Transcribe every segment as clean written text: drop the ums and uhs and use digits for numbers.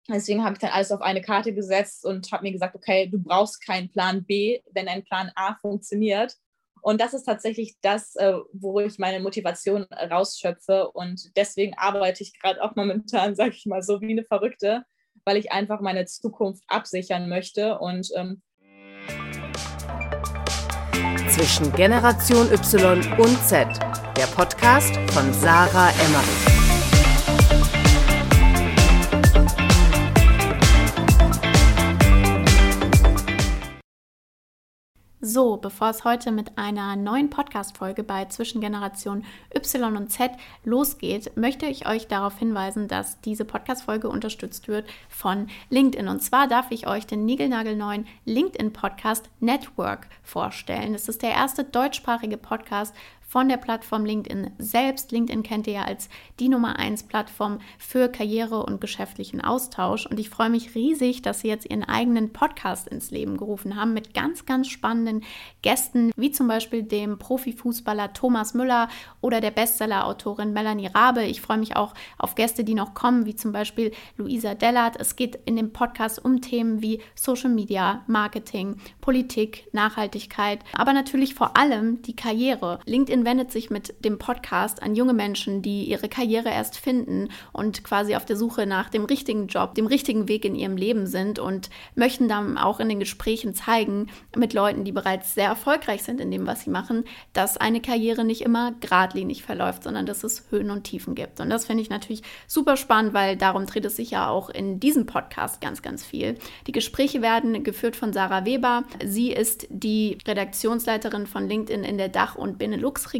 Deswegen habe ich dann alles auf eine Karte gesetzt und habe mir gesagt, okay, du brauchst keinen Plan B, wenn ein Plan A funktioniert. Und das ist tatsächlich das, wo ich meine Motivation rausschöpfe. Und deswegen arbeite ich gerade auch momentan, sage ich mal, so wie eine Verrückte, weil ich einfach meine Zukunft absichern möchte. Und Zwischen Generation Y und Z, der Podcast von Sarah Emmerich. So, bevor es heute mit einer neuen Podcast-Folge bei Zwischen Generation Y und Z losgeht, möchte ich euch darauf hinweisen, dass diese Podcast-Folge unterstützt wird von LinkedIn. Und zwar darf ich euch den niegelnagelneuen LinkedIn-Podcast Network vorstellen. Es ist der erste deutschsprachige Podcast von der Plattform LinkedIn selbst. LinkedIn kennt ihr ja als die Nummer 1 Plattform für Karriere und geschäftlichen Austausch. Und ich freue mich riesig, dass sie jetzt ihren eigenen Podcast ins Leben gerufen haben mit ganz, ganz spannenden Gästen, wie zum Beispiel dem Profifußballer Thomas Müller oder der Bestseller-Autorin Melanie Rabe. Ich freue mich auch auf Gäste, die noch kommen, wie zum Beispiel Luisa Dellert. Es geht in dem Podcast um Themen wie Social Media, Marketing, Politik, Nachhaltigkeit, aber natürlich vor allem die Karriere. LinkedIn wendet sich mit dem Podcast an junge Menschen, die ihre Karriere erst finden und quasi auf der Suche nach dem richtigen Job, dem richtigen Weg in ihrem Leben sind und möchten dann auch in den Gesprächen zeigen mit Leuten, die bereits sehr erfolgreich sind in dem, was sie machen, dass eine Karriere nicht immer geradlinig verläuft, sondern dass es Höhen und Tiefen gibt. Und das finde ich natürlich super spannend, weil darum dreht es sich ja auch in diesem Podcast ganz, ganz viel. Die Gespräche werden geführt von Sarah Weber. Sie ist die Redaktionsleiterin von LinkedIn in der Dach- und Benelux-Region.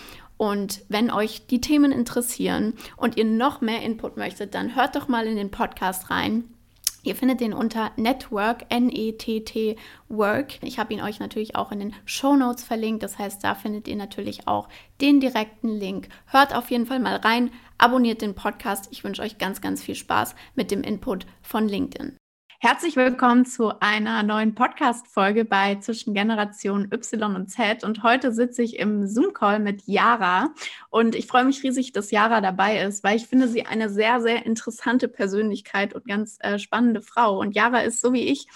Und wenn euch die Themen interessieren und ihr noch mehr Input möchtet, dann hört doch mal in den Podcast rein. Ihr findet den unter Network, N-E-T-T, Work. Ich habe ihn euch natürlich auch in den Shownotes verlinkt. Das heißt, da findet ihr natürlich auch den direkten Link. Hört auf jeden Fall mal rein, abonniert den Podcast. Ich wünsche euch ganz, ganz viel Spaß mit dem Input von LinkedIn. Herzlich willkommen zu einer neuen Podcast-Folge bei Zwischen Generation Y und Z. Und heute sitze ich im Zoom-Call mit Yara. Und ich freue mich riesig, dass Yara dabei ist, weil ich finde sie eine sehr, sehr interessante Persönlichkeit und ganz spannende Frau. Und Yara ist, so wie ich,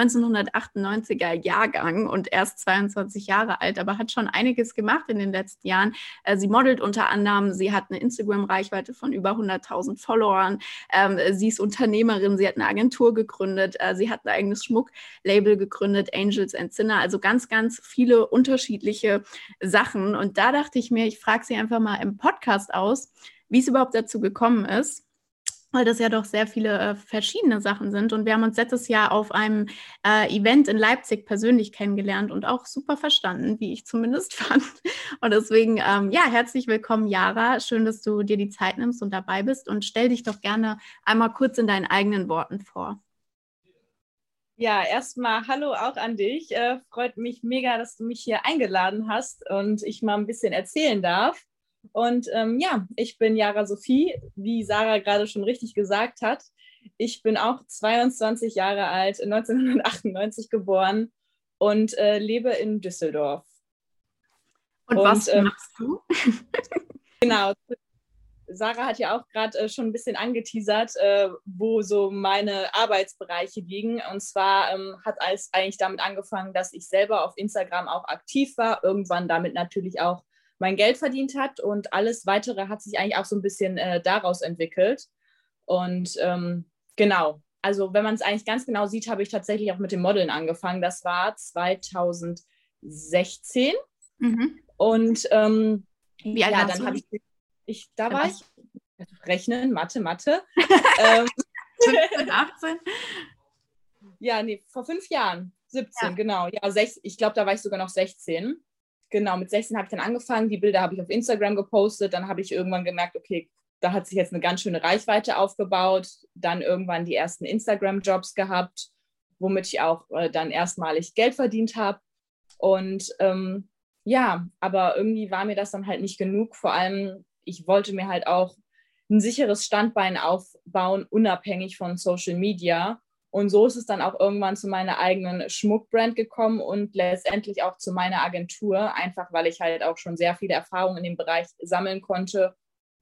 1998er Jahrgang und erst 22 Jahre alt, aber hat schon einiges gemacht in den letzten Jahren. Sie modelt unter anderem, sie hat eine Instagram-Reichweite von über 100.000 Followern. Sie ist Unternehmerin, sie hat eine Agentur gegründet, sie hat ein eigenes Schmucklabel gegründet, Angels and Sinner, also ganz, ganz viele unterschiedliche Sachen. Und da dachte ich mir, ich frage sie einfach mal im Podcast aus, wie es überhaupt dazu gekommen ist, weil das ja doch sehr viele verschiedene Sachen sind. Und wir haben uns letztes Jahr auf einem Event in Leipzig persönlich kennengelernt und auch super verstanden, wie ich zumindest fand. Und deswegen, herzlich willkommen, Yara. Schön, dass du dir die Zeit nimmst und dabei bist. Und stell dich doch gerne einmal kurz in deinen eigenen Worten vor. Ja, erstmal hallo auch an dich. Freut mich mega, dass du mich hier eingeladen hast und ich mal ein bisschen erzählen darf. Und ich bin Yara Sophie, wie Sarah gerade schon richtig gesagt hat. Ich bin auch 22 Jahre alt, 1998 geboren und lebe in Düsseldorf. Und was machst du? Genau, Sarah hat ja auch gerade schon ein bisschen angeteasert, wo so meine Arbeitsbereiche liegen. Und zwar hat alles eigentlich damit angefangen, dass ich selber auf Instagram auch aktiv war, irgendwann damit natürlich auch mein Geld verdient hat und alles Weitere hat sich eigentlich auch so ein bisschen daraus entwickelt. Und genau, also wenn man es eigentlich ganz genau sieht, habe ich tatsächlich auch mit dem Modeln angefangen. Das war 2016. Mhm. Und wie alt dann habe da war ich, Rechnen, Mathe. 17, 18? Ja, nee, vor 5 Jahren, 17, genau. Ja, ich glaube, da war ich sogar noch 16. Genau, mit 16 habe ich dann angefangen, die Bilder habe ich auf Instagram gepostet, dann habe ich irgendwann gemerkt, okay, da hat sich jetzt eine ganz schöne Reichweite aufgebaut, dann irgendwann die ersten Instagram-Jobs gehabt, womit ich auch dann erstmalig Geld verdient habe. Und aber irgendwie war mir das dann halt nicht genug, vor allem ich wollte mir halt auch ein sicheres Standbein aufbauen, unabhängig von Social Media. Und so ist es dann auch irgendwann zu meiner eigenen Schmuckbrand gekommen und letztendlich auch zu meiner Agentur, einfach weil ich halt auch schon sehr viele Erfahrungen in dem Bereich sammeln konnte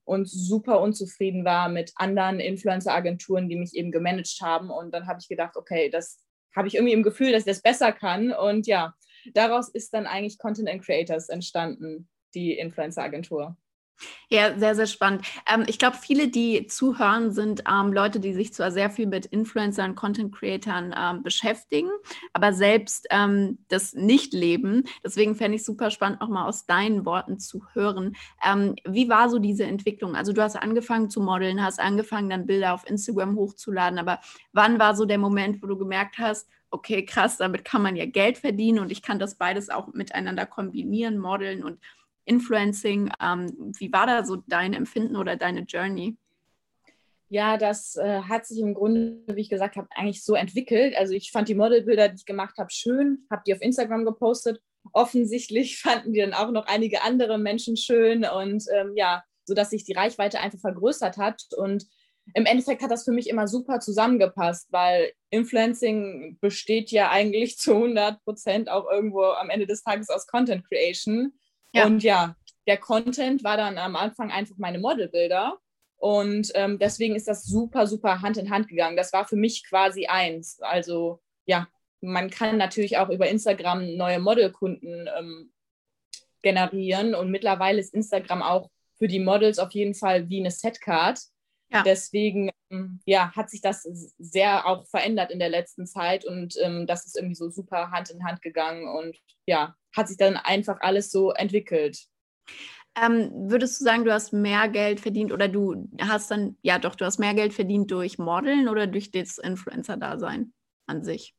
und super unzufrieden war mit anderen Influencer-Agenturen, die mich eben gemanagt haben. Und dann habe ich gedacht, okay, das habe ich irgendwie im Gefühl, dass ich das besser kann. Und ja, daraus ist dann eigentlich Content and Creators entstanden, die Influencer-Agentur. Ja, sehr, sehr spannend. Ich glaube, viele, die zuhören, sind Leute, die sich zwar sehr viel mit Influencern, Content-Creatern beschäftigen, aber selbst das nicht leben. Deswegen fände ich super spannend, auch mal aus deinen Worten zu hören. Wie war so diese Entwicklung? Also du hast angefangen zu modeln, hast angefangen, dann Bilder auf Instagram hochzuladen, aber wann war so der Moment, wo du gemerkt hast, okay, krass, damit kann man ja Geld verdienen und ich kann das beides auch miteinander kombinieren, modeln und Influencing. Wie war da so dein Empfinden oder deine Journey? Ja, das hat sich im Grunde, wie ich gesagt habe, eigentlich so entwickelt. Also ich fand die Modelbilder, die ich gemacht habe, schön, habe die auf Instagram gepostet. Offensichtlich fanden die dann auch noch einige andere Menschen schön und ja, sodass sich die Reichweite einfach vergrößert hat. Und im Endeffekt hat das für mich immer super zusammengepasst, weil Influencing besteht ja eigentlich zu 100% auch irgendwo am Ende des Tages aus Content Creation. Ja. Und ja, der Content war dann am Anfang einfach meine Modelbilder. Und deswegen ist das super, super Hand in Hand gegangen. Das war für mich quasi eins. Also ja, man kann natürlich auch über Instagram neue Modelkunden generieren. Und mittlerweile ist Instagram auch für die Models auf jeden Fall wie eine Setcard. Ja. Deswegen ja, hat sich das sehr auch verändert in der letzten Zeit. Und das ist irgendwie so super Hand in Hand gegangen. Und ja, hat sich dann einfach alles so entwickelt. Würdest du sagen, du hast mehr Geld verdient oder du hast dann, ja doch, du hast mehr Geld verdient durch Modeln oder durch das Influencer-Dasein an sich?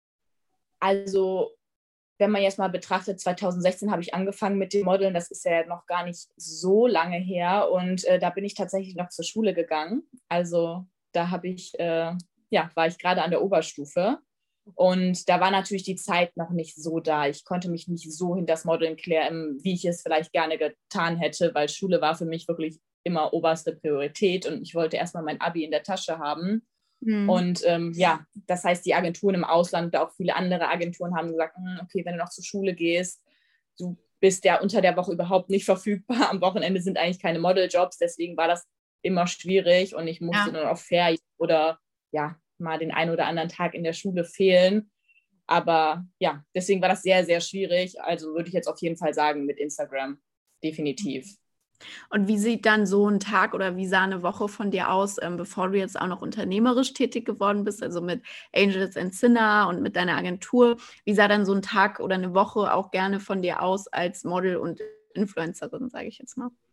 Also, wenn man jetzt mal betrachtet, 2016 habe ich angefangen mit dem Modeln, das ist ja noch gar nicht so lange her und da bin ich tatsächlich noch zur Schule gegangen. Also da habe ich, war ich gerade an der Oberstufe. Und da war natürlich die Zeit noch nicht so da. Ich konnte mich nicht so hinter das Modeln klären, wie ich es vielleicht gerne getan hätte, weil Schule war für mich wirklich immer oberste Priorität und ich wollte erstmal mein Abi in der Tasche haben. Und ja, das heißt, die Agenturen im Ausland, auch viele andere Agenturen haben gesagt, okay, wenn du noch zur Schule gehst, du bist ja unter der Woche überhaupt nicht verfügbar. Am Wochenende sind eigentlich keine Modeljobs, deswegen war das immer schwierig und ich musste dann auf Ferien oder ja, mal den einen oder anderen Tag in der Schule fehlen. Aber ja, deswegen war das sehr, sehr schwierig. Also würde ich jetzt auf jeden Fall sagen, mit Instagram definitiv. Und wie sieht dann so ein Tag oder wie sah eine Woche von dir aus, bevor du jetzt auch noch unternehmerisch tätig geworden bist, also mit Angels and Sinner und mit deiner Agentur? Wie sah dann so ein Tag oder eine Woche auch gerne von dir aus als Model und Influencerin, sage ich jetzt mal?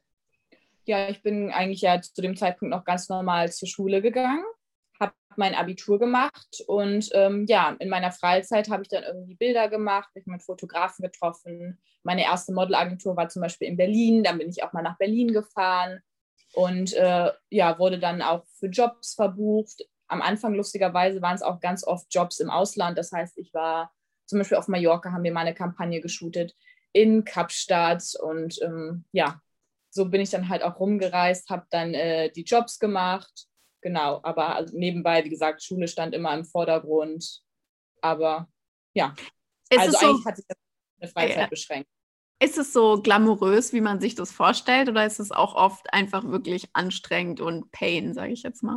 Ja, ich bin eigentlich ja zu dem Zeitpunkt noch ganz normal zur Schule gegangen, habe mein Abitur gemacht und ja, in meiner Freizeit habe ich dann irgendwie Bilder gemacht, mich mit Fotografen getroffen. Meine erste Modelagentur war zum Beispiel in Berlin, dann bin ich auch mal nach Berlin gefahren und ja, wurde dann auch für Jobs verbucht. Am Anfang lustigerweise waren es auch ganz oft Jobs im Ausland, das heißt, ich war zum Beispiel auf Mallorca, haben wir mal eine Kampagne geshootet, in Kapstadt und ja, so bin ich dann halt auch rumgereist, habe dann die Jobs gemacht. Genau, aber also nebenbei, wie gesagt, Schule stand immer im Vordergrund. Aber ja, also eigentlich hat sich das auf eine Freizeit beschränkt. Ist es so glamourös, wie man sich das vorstellt, oder ist es auch oft einfach wirklich anstrengend und Pain, sage ich jetzt mal?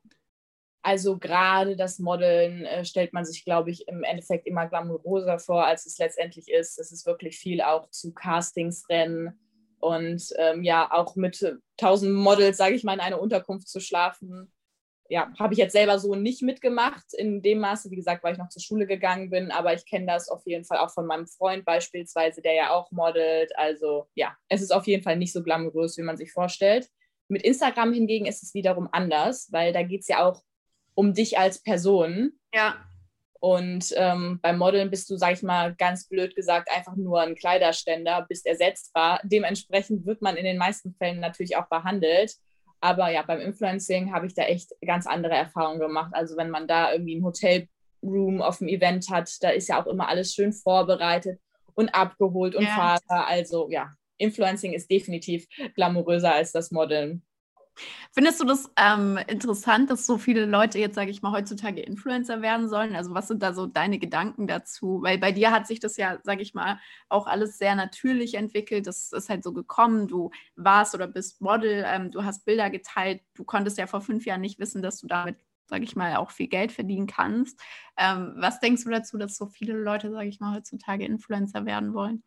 Also gerade das Modeln stellt man sich, glaube ich, im Endeffekt immer glamouröser vor, als es letztendlich ist. Es ist wirklich viel auch zu Castings rennen und ja, auch mit 1000 Models, sage ich mal, in einer Unterkunft zu schlafen. Ja, habe ich jetzt selber so nicht mitgemacht, in dem Maße, wie gesagt, weil ich noch zur Schule gegangen bin, aber ich kenne das auf jeden Fall auch von meinem Freund beispielsweise, der ja auch modelt. Also ja, es ist auf jeden Fall nicht so glamourös, wie man sich vorstellt. Mit Instagram hingegen ist es wiederum anders, weil da geht es ja auch um dich als Person. Ja. Und beim Modeln bist du, sag ich mal, ganz blöd gesagt, einfach nur ein Kleiderständer, bist ersetzbar. Dementsprechend wird man in den meisten Fällen natürlich auch behandelt. Aber ja, beim Influencing habe ich da echt ganz andere Erfahrungen gemacht. Also wenn man da irgendwie ein Hotelroom auf dem Event hat, da ist ja auch immer alles schön vorbereitet und abgeholt und Vater. Also ja, Influencing ist definitiv glamouröser als das Modeln. Findest du das interessant, dass so viele Leute jetzt, sage ich mal, heutzutage Influencer werden sollen? Also was sind da so deine Gedanken dazu? Weil bei dir hat sich das ja, sage ich mal, auch alles sehr natürlich entwickelt. Das ist halt so gekommen. Du warst oder bist Model, du hast Bilder geteilt. Du konntest ja vor 5 Jahren nicht wissen, dass du damit, sage ich mal, auch viel Geld verdienen kannst. Was denkst du dazu, dass so viele Leute, sage ich mal, heutzutage Influencer werden wollen?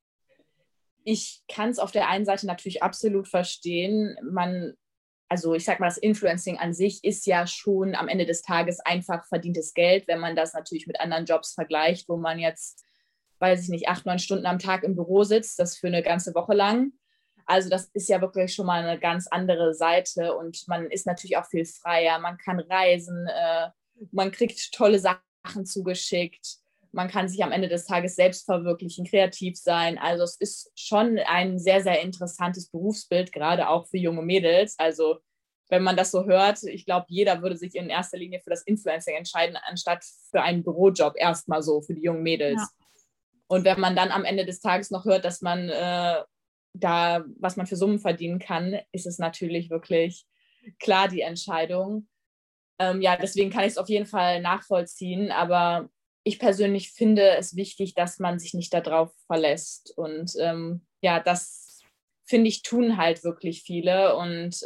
Ich kann es auf der einen Seite natürlich absolut verstehen. Also ich sag mal, das Influencing an sich ist ja schon am Ende des Tages einfach verdientes Geld, wenn man das natürlich mit anderen Jobs vergleicht, wo man jetzt, weiß ich nicht, 8, 9 Stunden am Tag im Büro sitzt, das für eine ganze Woche lang. Also das ist ja wirklich schon mal eine ganz andere Seite und man ist natürlich auch viel freier, man kann reisen, man kriegt tolle Sachen zugeschickt, man kann sich am Ende des Tages selbst verwirklichen, kreativ sein. Also es ist schon ein sehr, sehr interessantes Berufsbild, gerade auch für junge Mädels. Also wenn man das so hört, ich glaube, jeder würde sich in erster Linie für das Influencing entscheiden, anstatt für einen Bürojob erstmal so für die jungen Mädels. Ja. Und wenn man dann am Ende des Tages noch hört, dass man da, was man für Summen verdienen kann, ist es natürlich wirklich klar die Entscheidung. Ja, deswegen kann ich es auf jeden Fall nachvollziehen, aber ich persönlich finde es wichtig, dass man sich nicht darauf verlässt. Und ja, das finde ich, tun halt wirklich viele. Und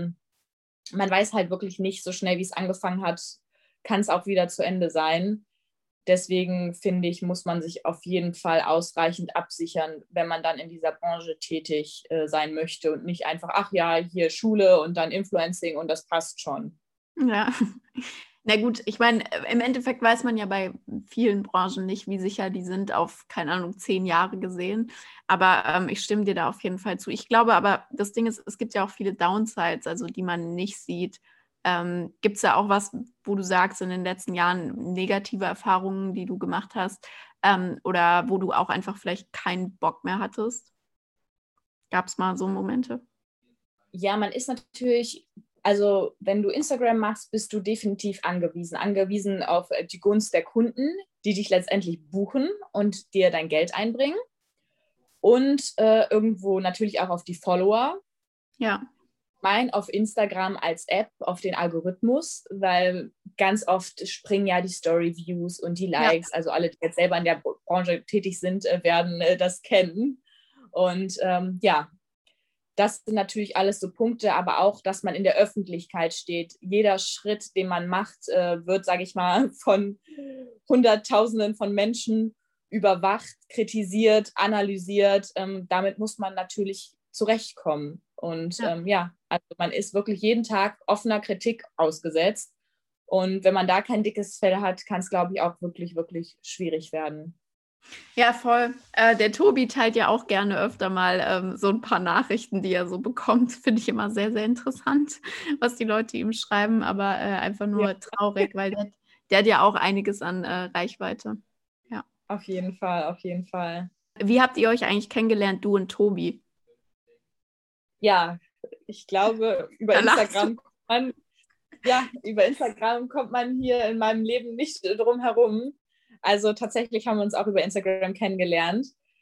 man weiß halt wirklich nicht, so schnell wie es angefangen hat, kann es auch wieder zu Ende sein. Deswegen finde ich, muss man sich auf jeden Fall ausreichend absichern, wenn man dann in dieser Branche tätig sein möchte und nicht einfach, ach ja, hier Schule und dann Influencing und das passt schon. Ja, na gut, ich meine, im Endeffekt weiß man ja bei vielen Branchen nicht, wie sicher die sind auf, keine Ahnung, 10 Jahre gesehen. Aber ich stimme dir da auf jeden Fall zu. Ich glaube aber, das Ding ist, es gibt ja auch viele Downsides, also die man nicht sieht. Gibt es da auch was, wo du sagst, in den letzten Jahren negative Erfahrungen, die du gemacht hast, oder wo du auch einfach vielleicht keinen Bock mehr hattest? Gab es mal so Momente? Ja, man ist natürlich, also wenn du Instagram machst, bist du definitiv angewiesen auf die Gunst der Kunden, die dich letztendlich buchen und dir dein Geld einbringen. Und irgendwo natürlich auch auf die Follower. Ja. Auf Instagram als App, auf den Algorithmus, weil ganz oft springen ja die Story-Views und die Likes, also alle, die jetzt selber in der Branche tätig sind, werden das kennen. Und ja, das sind natürlich alles so Punkte, aber auch, dass man in der Öffentlichkeit steht. Jeder Schritt, den man macht, wird, sage ich mal, von Hunderttausenden von Menschen überwacht, kritisiert, analysiert. Damit muss man natürlich zurechtkommen. Und ja, also man ist wirklich jeden Tag offener Kritik ausgesetzt. Und wenn man da kein dickes Fell hat, kann es, glaube ich, auch wirklich, wirklich schwierig werden. Ja, voll. Der Tobi teilt ja auch gerne öfter mal so ein paar Nachrichten, die er so bekommt. Finde ich immer sehr, sehr interessant, was die Leute ihm schreiben, aber einfach nur traurig, weil der hat ja auch einiges an Reichweite. Ja. Auf jeden Fall, auf jeden Fall. Wie habt ihr euch eigentlich kennengelernt, du und Tobi? Ja, ich glaube, über Instagram kommt man hier in meinem Leben nicht drum herum. Also tatsächlich haben wir uns auch über Instagram kennengelernt.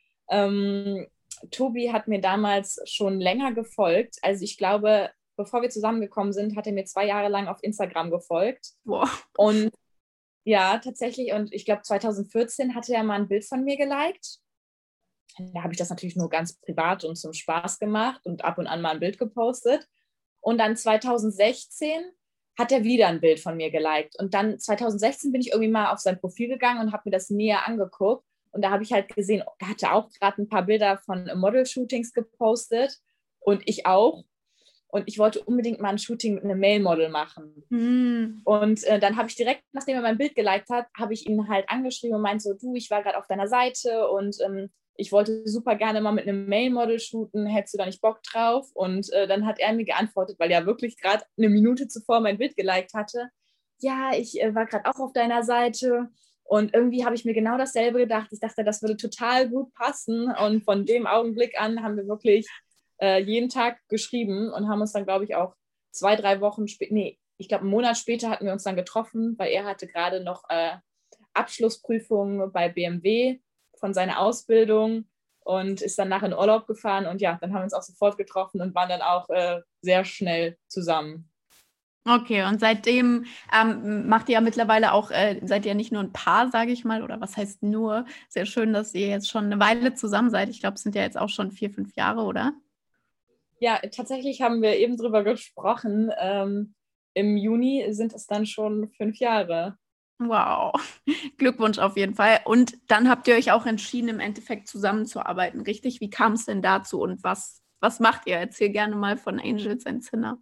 Tobi hat mir damals schon länger gefolgt. Also ich glaube, bevor wir zusammengekommen sind, hat er mir 2 Jahre lang auf Instagram gefolgt. Wow. Und ja, tatsächlich. Und ich glaube, 2014 hatte er mal ein Bild von mir geliked. Da habe ich das natürlich nur ganz privat und zum Spaß gemacht und ab und an mal ein Bild gepostet. Und dann 2016 hat er wieder ein Bild von mir geliked. Und dann 2016 bin ich irgendwie mal auf sein Profil gegangen und habe mir das näher angeguckt. Und da habe ich halt gesehen, er hatte auch gerade ein paar Bilder von Model-Shootings gepostet und ich auch. Und ich wollte unbedingt mal ein Shooting mit einem Male-Model machen. Mm. Und dann habe ich direkt, nachdem er mein Bild geliked hat, habe ich ihn halt angeschrieben und meinte so, du, ich war gerade auf deiner Seite und ich wollte super gerne mal mit einem Male-Model shooten, hättest du da nicht Bock drauf? Und dann hat er mir geantwortet, weil er wirklich gerade eine Minute zuvor mein Bild geliked hatte. Ja, ich war gerade auch auf deiner Seite und irgendwie habe ich mir genau dasselbe gedacht. Ich dachte, das würde total gut passen und von dem Augenblick an haben wir wirklich jeden Tag geschrieben und haben uns dann, glaube ich, auch 2, 3 Wochen später, nee, ich glaube, einen Monat später hatten wir uns dann getroffen, weil er hatte gerade noch Abschlussprüfungen bei BMW von seiner Ausbildung und ist dann nachher in Urlaub gefahren. Und ja, dann haben wir uns auch sofort getroffen und waren dann auch sehr schnell zusammen. Okay, und seitdem macht ihr ja mittlerweile auch, seid ihr nicht nur ein Paar, sage ich mal, oder was heißt nur? Sehr schön, dass ihr jetzt schon eine Weile zusammen seid. Ich glaube, es sind ja jetzt auch schon 4, 5 Jahre, oder? Ja, tatsächlich haben wir eben drüber gesprochen. Im Juni sind es dann schon 5 Jahre. Wow, Glückwunsch auf jeden Fall. Und dann habt ihr euch auch entschieden, im Endeffekt zusammenzuarbeiten, richtig? Wie kam es denn dazu und was macht ihr? Erzähl gerne mal von Angels and Sinner.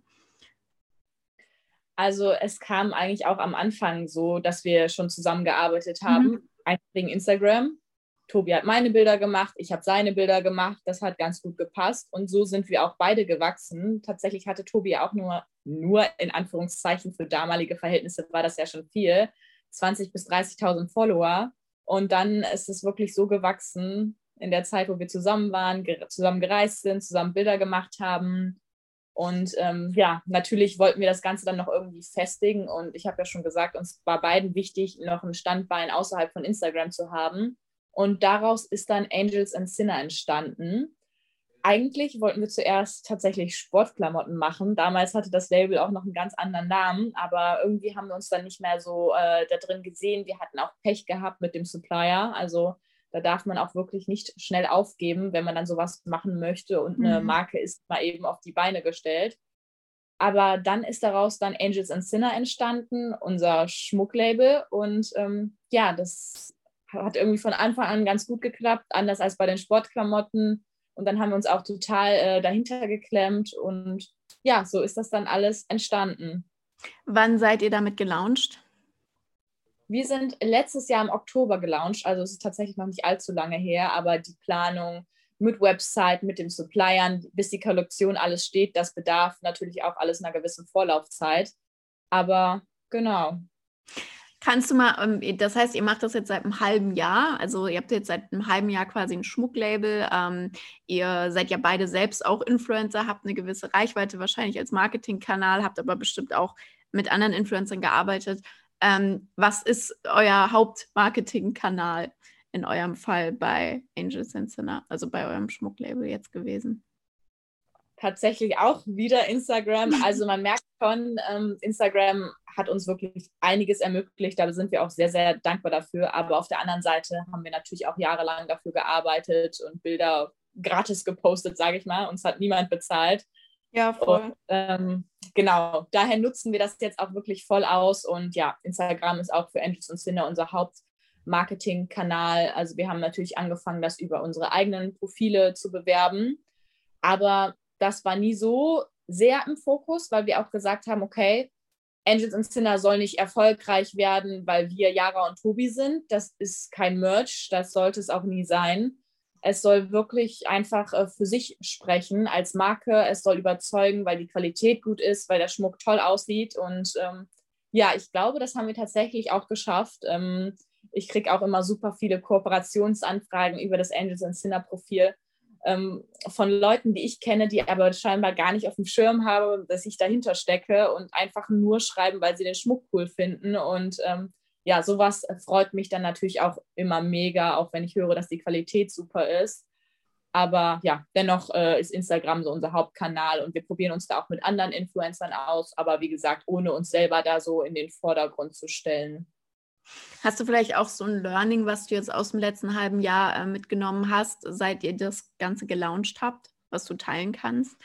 Also es kam eigentlich auch am Anfang so, dass wir schon zusammengearbeitet haben, einfach wegen Instagram. Tobi hat meine Bilder gemacht, ich habe seine Bilder gemacht, das hat ganz gut gepasst und so sind wir auch beide gewachsen. Tatsächlich hatte Tobi auch nur in Anführungszeichen für damalige Verhältnisse war das ja schon viel, 20.000 bis 30.000 Follower und dann ist es wirklich so gewachsen in der Zeit, wo wir zusammen waren, zusammen gereist sind, zusammen Bilder gemacht haben. Und ja, natürlich wollten wir das Ganze dann noch irgendwie festigen. Und ich habe ja schon gesagt, uns war beiden wichtig, noch ein Standbein außerhalb von Instagram zu haben. Und daraus ist dann Angels and Sinner entstanden. Eigentlich wollten wir zuerst tatsächlich Sportklamotten machen. Damals hatte das Label auch noch einen ganz anderen Namen, aber irgendwie haben wir uns dann nicht mehr so da drin gesehen. Wir hatten auch Pech gehabt mit dem Supplier. Also da darf man auch wirklich nicht schnell aufgeben, wenn man dann sowas machen möchte und eine Marke ist mal eben auf die Beine gestellt. Aber dann ist daraus dann Angels and Sinner entstanden, unser Schmucklabel. Und ja, das hat irgendwie von Anfang an ganz gut geklappt, anders als bei den Sportklamotten. Und dann haben wir uns auch total dahinter geklemmt. Und ja, so ist das dann alles entstanden. Wann seid ihr damit gelauncht? Wir sind letztes Jahr im Oktober gelauncht, also es ist tatsächlich noch nicht allzu lange her, aber die Planung mit Website, mit den Suppliern, bis die Kollektion alles steht, das bedarf natürlich auch alles einer gewissen Vorlaufzeit. Aber genau. Kannst du mal, das heißt, ihr macht das jetzt seit einem halben Jahr, also ihr habt jetzt seit einem halben Jahr quasi ein Schmucklabel, ihr seid ja beide selbst auch Influencer, habt eine gewisse Reichweite wahrscheinlich als Marketingkanal, habt aber bestimmt auch mit anderen Influencern gearbeitet. Was ist euer Hauptmarketingkanal in eurem Fall bei Angels and Sinner, also bei eurem Schmucklabel jetzt gewesen? Tatsächlich auch wieder Instagram. Also man merkt schon, Instagram hat uns wirklich einiges ermöglicht. Da sind wir auch sehr, sehr dankbar dafür. Aber auf der anderen Seite haben wir natürlich auch jahrelang dafür gearbeitet und Bilder gratis gepostet, sage ich mal. Uns hat niemand bezahlt. Ja, voll. Und, genau, daher nutzen wir das jetzt auch wirklich voll aus. Und ja, Instagram ist auch für Angels and Sinner unser Hauptmarketingkanal. Also wir haben natürlich angefangen, das über unsere eigenen Profile zu bewerben. Aber das war nie so sehr im Fokus, weil wir auch gesagt haben, okay, Angels and Sinner soll nicht erfolgreich werden, weil wir Yara und Tobi sind. Das ist kein Merch, das sollte es auch nie sein. Es soll wirklich einfach für sich sprechen als Marke. Es soll überzeugen, weil die Qualität gut ist, weil der Schmuck toll aussieht. Und ja, ich glaube, das haben wir tatsächlich auch geschafft. Ich kriege auch immer super viele Kooperationsanfragen über das Angels and Sinner Profil von Leuten, die ich kenne, die aber scheinbar gar nicht auf dem Schirm haben, dass ich dahinter stecke und einfach nur schreiben, weil sie den Schmuck cool finden. Und ja, sowas freut mich dann natürlich auch immer mega, auch wenn ich höre, dass die Qualität super ist. Aber ja, dennoch ist Instagram so unser Hauptkanal und wir probieren uns da auch mit anderen Influencern aus, aber wie gesagt, ohne uns selber da so in den Vordergrund zu stellen. Hast du vielleicht auch so ein Learning, was du jetzt aus dem letzten halben Jahr mitgenommen hast, seit ihr das Ganze gelauncht habt, was du teilen kannst?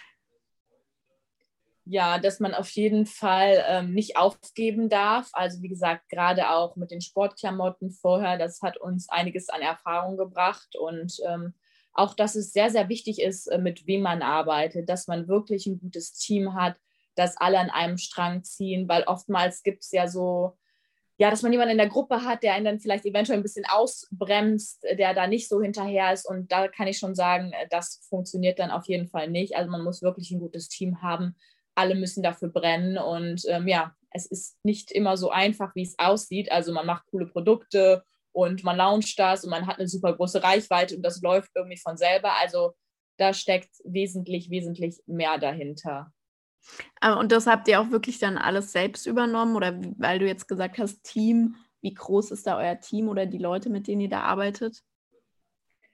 Ja, dass man auf jeden Fall nicht aufgeben darf. Also wie gesagt, gerade auch mit den Sportklamotten vorher, das hat uns einiges an Erfahrung gebracht und auch, dass es sehr, sehr wichtig ist, mit wem man arbeitet, dass man wirklich ein gutes Team hat, dass alle an einem Strang ziehen, weil oftmals gibt es ja so, ja, dass man jemanden in der Gruppe hat, der einen dann vielleicht eventuell ein bisschen ausbremst, der da nicht so hinterher ist und da kann ich schon sagen, das funktioniert dann auf jeden Fall nicht. Also man muss wirklich ein gutes Team haben, alle müssen dafür brennen und ja, es ist nicht immer so einfach, wie es aussieht. Also man macht coole Produkte und man launcht das und man hat eine super große Reichweite und das läuft irgendwie von selber. Also da steckt wesentlich, wesentlich mehr dahinter. Und das habt ihr auch wirklich dann alles selbst übernommen oder weil du jetzt gesagt hast, Team, wie groß ist da euer Team oder die Leute, mit denen ihr da arbeitet?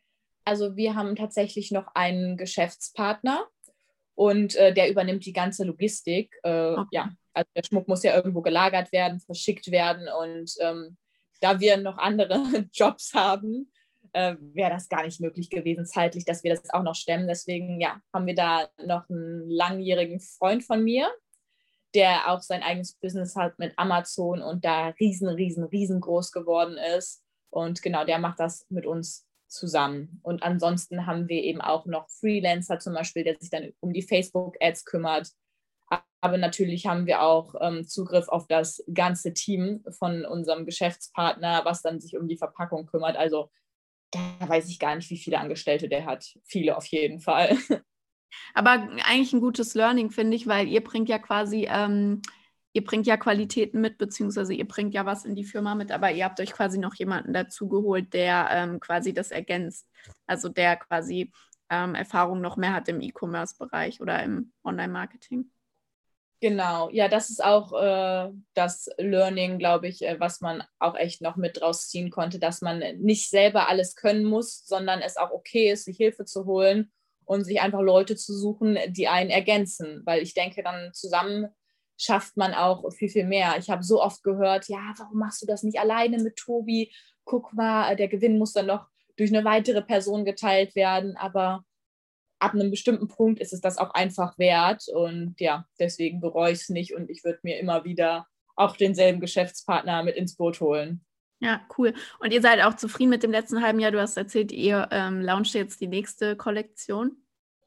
Also wir haben tatsächlich noch einen Geschäftspartner und der übernimmt die ganze Logistik. Okay. Ja, also der Schmuck muss ja irgendwo gelagert werden, verschickt werden und da wir noch andere Jobs haben, wäre das gar nicht möglich gewesen zeitlich, dass wir das auch noch stemmen. Deswegen ja, haben wir da noch einen langjährigen Freund von mir, der auch sein eigenes Business hat mit Amazon und da riesengroß geworden ist. Und genau, der macht das mit uns zusammen. Und ansonsten haben wir eben auch noch Freelancer zum Beispiel, der sich dann um die Facebook-Ads kümmert. Aber natürlich haben wir auch Zugriff auf das ganze Team von unserem Geschäftspartner, was dann sich um die Verpackung kümmert. Also da weiß ich gar nicht, wie viele Angestellte der hat. Viele auf jeden Fall. Aber eigentlich ein gutes Learning, finde ich, weil ihr bringt ja quasi, ihr bringt ja Qualitäten mit, beziehungsweise ihr bringt ja was in die Firma mit, aber ihr habt euch quasi noch jemanden dazu geholt, der quasi das ergänzt. Also der quasi Erfahrung noch mehr hat im E-Commerce-Bereich oder im Online-Marketing. Genau, ja, das ist auch das Learning, glaube ich, was man auch echt noch mit draus ziehen konnte, dass man nicht selber alles können muss, sondern es auch okay ist, sich Hilfe zu holen und sich einfach Leute zu suchen, die einen ergänzen, weil ich denke, dann zusammen schafft man auch viel mehr. Ich habe so oft gehört, ja, warum machst du das nicht alleine mit Tobi? Guck mal, der Gewinn muss dann noch durch eine weitere Person geteilt werden, aber ab einem bestimmten Punkt ist es das auch einfach wert und ja, deswegen bereue ich es nicht und ich würde mir immer wieder auch denselben Geschäftspartner mit ins Boot holen. Ja, cool. Und ihr seid auch zufrieden mit dem letzten halben Jahr? Du hast erzählt, ihr launcht jetzt die nächste Kollektion.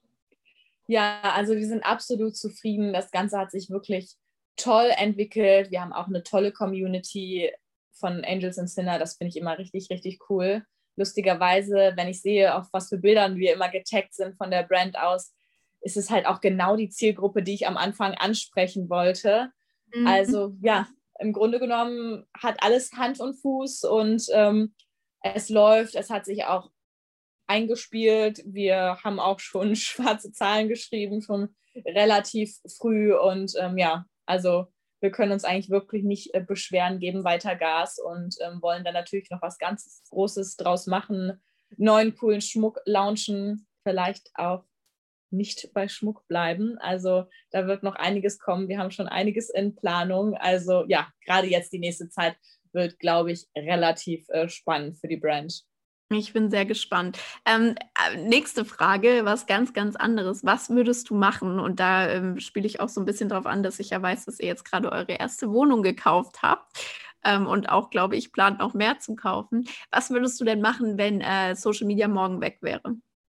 Ja, also wir sind absolut zufrieden. Das Ganze hat sich wirklich toll entwickelt. Wir haben auch eine tolle Community von Angels and Sinner. Das finde ich immer richtig cool. Lustigerweise, wenn ich sehe, auf was für Bildern wir immer getaggt sind von der Brand aus, ist es halt auch genau die Zielgruppe, die ich am Anfang ansprechen wollte. Mhm. Also ja, im Grunde genommen hat alles Hand und Fuß und es läuft. Es hat sich auch eingespielt. Wir haben auch schon schwarze Zahlen geschrieben, schon relativ früh und ja, also wir können uns eigentlich wirklich nicht beschweren, geben weiter Gas und wollen dann natürlich noch was ganz Großes draus machen, neuen coolen Schmuck launchen, vielleicht auch nicht bei Schmuck bleiben. Also da wird noch einiges kommen. Wir haben schon einiges in Planung. Also ja, gerade jetzt die nächste Zeit wird, glaube ich, relativ spannend für die Brand. Ich bin sehr gespannt. Nächste Frage, was ganz anderes. Was würdest du machen? Und da spiele ich auch so ein bisschen drauf an, dass ich ja weiß, dass ihr jetzt gerade eure erste Wohnung gekauft habt und auch, glaube ich, plant noch mehr zu kaufen. Was würdest du denn machen, wenn Social Media morgen weg wäre?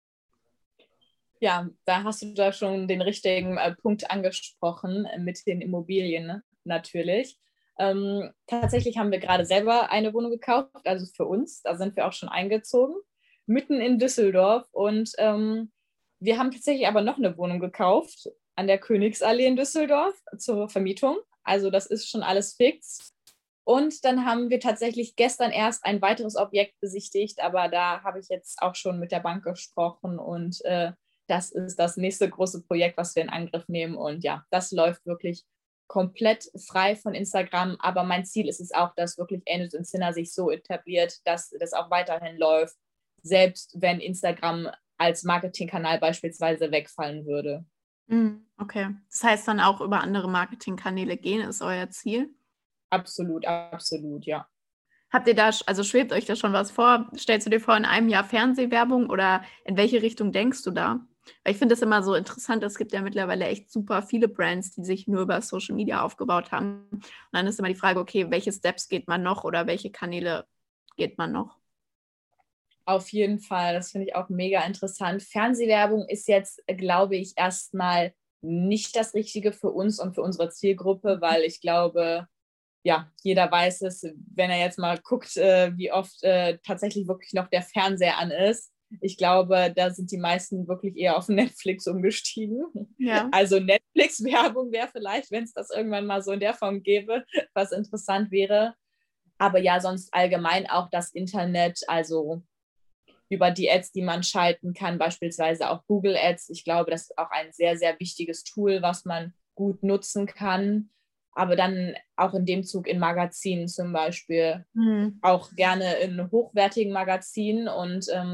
Ja, da hast du da schon den richtigen Punkt angesprochen mit den Immobilien, ne? Natürlich. Tatsächlich haben wir gerade selber eine Wohnung gekauft, also für uns. Da sind wir auch schon eingezogen, mitten in Düsseldorf. Und wir haben tatsächlich aber noch eine Wohnung gekauft an der Königsallee in Düsseldorf zur Vermietung. Also das ist schon alles fix. Und dann haben wir tatsächlich gestern erst ein weiteres Objekt besichtigt, aber da habe ich jetzt auch schon mit der Bank gesprochen und das ist das nächste große Projekt, was wir in Angriff nehmen. Und ja, das läuft wirklich komplett frei von Instagram. Aber mein Ziel ist es auch, dass wirklich Angels and Sinner sich so etabliert, dass das auch weiterhin läuft, selbst wenn Instagram als Marketingkanal beispielsweise wegfallen würde. Okay. Das heißt dann auch über andere Marketingkanäle gehen, ist euer Ziel? Absolut, ja. Habt ihr da, also schwebt euch da schon was vor? Stellst du dir vor, in einem Jahr Fernsehwerbung oder in welche Richtung denkst du da? Weil ich finde das immer so interessant, es gibt ja mittlerweile echt super viele Brands, die sich nur über Social Media aufgebaut haben. Und dann ist immer die Frage, okay, welche Steps geht man noch oder welche Kanäle geht man noch? Auf jeden Fall, das finde ich auch mega interessant. Fernsehwerbung ist jetzt, glaube ich, erstmal nicht das Richtige für uns und für unsere Zielgruppe, weil ich glaube, ja, jeder weiß es, wenn er jetzt mal guckt, wie oft tatsächlich wirklich noch der Fernseher an ist. Ich glaube, da sind die meisten wirklich eher auf Netflix umgestiegen. Ja. Also Netflix-Werbung wäre vielleicht, wenn es das irgendwann mal so in der Form gäbe, was interessant wäre. Aber ja, sonst allgemein auch das Internet, also über die Ads, die man schalten kann, beispielsweise auch Google Ads. Ich glaube, das ist auch ein sehr wichtiges Tool, was man gut nutzen kann. Aber dann auch in dem Zug in Magazinen zum Beispiel, auch gerne in hochwertigen Magazinen. Und